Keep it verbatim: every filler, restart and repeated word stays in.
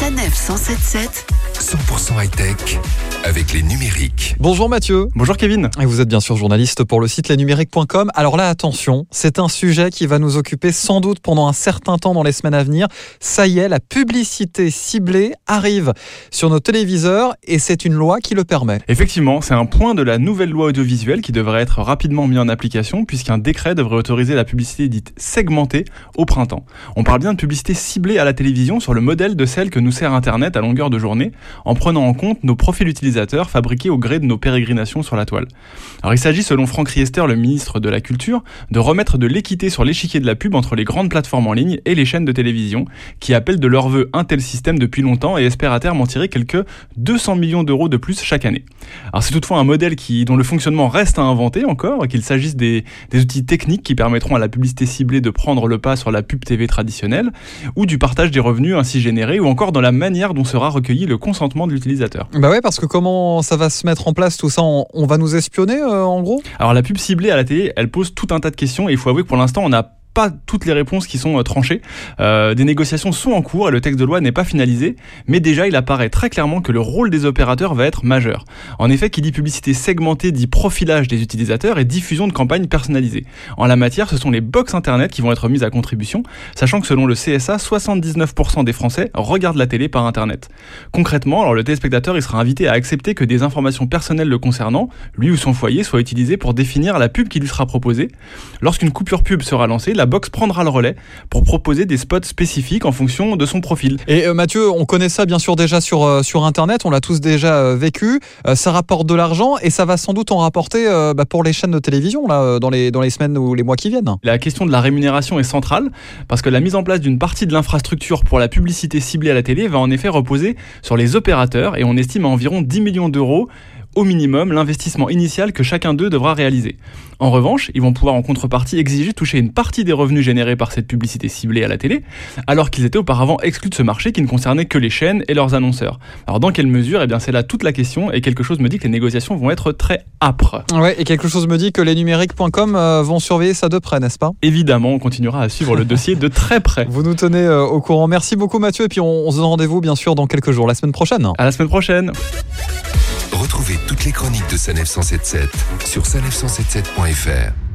Sanef cent sept sept. cent pour cent high-tech avec les numériques. Bonjour Mathieu. Bonjour Kevin. Et vous êtes bien sûr journaliste pour le site les numériques point com. Alors là, attention, c'est un sujet qui va nous occuper sans doute pendant un certain temps dans les semaines à venir. Ça y est, la publicité ciblée arrive sur nos téléviseurs et c'est une loi qui le permet. Effectivement, c'est un point de la nouvelle loi audiovisuelle qui devrait être rapidement mis en application puisqu'un décret devrait autoriser la publicité dite segmentée au printemps. On parle bien de publicité ciblée à la télévision sur le modèle de celle que nous sert Internet à longueur de journée, en prenant en compte nos profils utilisateurs fabriqués au gré de nos pérégrinations sur la toile. Alors il s'agit, selon Franck Riester, le ministre de la Culture, de remettre de l'équité sur l'échiquier de la pub entre les grandes plateformes en ligne et les chaînes de télévision, qui appellent de leur vœu un tel système depuis longtemps et espèrent à terme en tirer quelques deux cents millions d'euros de plus chaque année. Alors c'est toutefois un modèle qui, dont le fonctionnement reste à inventer encore, qu'il s'agisse des, des outils techniques qui permettront à la publicité ciblée de prendre le pas sur la pub T V traditionnelle, ou du partage des revenus ainsi générés, ou encore dans la manière dont sera recueilli le consentement de l'utilisateur. Bah ouais, parce que comment ça va se mettre en place tout ça, on, on va nous espionner euh, en gros ? Alors la pub ciblée à la télé, elle pose tout un tas de questions et il faut avouer que pour l'instant on n'a pas toutes les réponses qui sont euh, tranchées. Euh, des négociations sont en cours et le texte de loi n'est pas finalisé, mais déjà il apparaît très clairement que le rôle des opérateurs va être majeur. En effet, qui dit publicité segmentée dit profilage des utilisateurs et diffusion de campagnes personnalisées. En la matière, ce sont les box internet qui vont être mises à contribution, sachant que selon le C S A, soixante-dix-neuf pour cent des Français regardent la télé par internet. Concrètement, alors le téléspectateur il sera invité à accepter que des informations personnelles le concernant, lui ou son foyer, soient utilisées pour définir la pub qui lui sera proposée. Lorsqu'une coupure pub sera lancée, la box prendra le relais pour proposer des spots spécifiques en fonction de son profil. Et euh, Mathieu, on connaît ça bien sûr déjà sur, euh, sur Internet, on l'a tous déjà euh, vécu, euh, ça rapporte de l'argent et ça va sans doute en rapporter euh, bah, pour les chaînes de télévision là, euh, dans, les, dans les semaines ou les mois qui viennent. La question de la rémunération est centrale parce que la mise en place d'une partie de l'infrastructure pour la publicité ciblée à la télé va en effet reposer sur les opérateurs et on estime à environ dix millions d'euros au minimum l'investissement initial que chacun d'eux devra réaliser. En revanche, ils vont pouvoir en contrepartie exiger de toucher une partie des revenus générés par cette publicité ciblée à la télé, alors qu'ils étaient auparavant exclus de ce marché qui ne concernait que les chaînes et leurs annonceurs. Alors dans quelle mesure ? Eh bien c'est là toute la question et quelque chose me dit que les négociations vont être très âpres. Ouais, et quelque chose me dit que les numériques point com euh, vont surveiller ça de près, n'est-ce pas ? Évidemment, on continuera à suivre le dossier de très près. Vous nous tenez euh, au courant. Merci beaucoup Mathieu et puis on, on se donne rendez-vous bien sûr dans quelques jours, la semaine prochaine. À la semaine prochaine. Retrouvez toutes les chroniques de Sanef cent soixante-dix-sept sur sanef cent soixante-dix-sept point f r.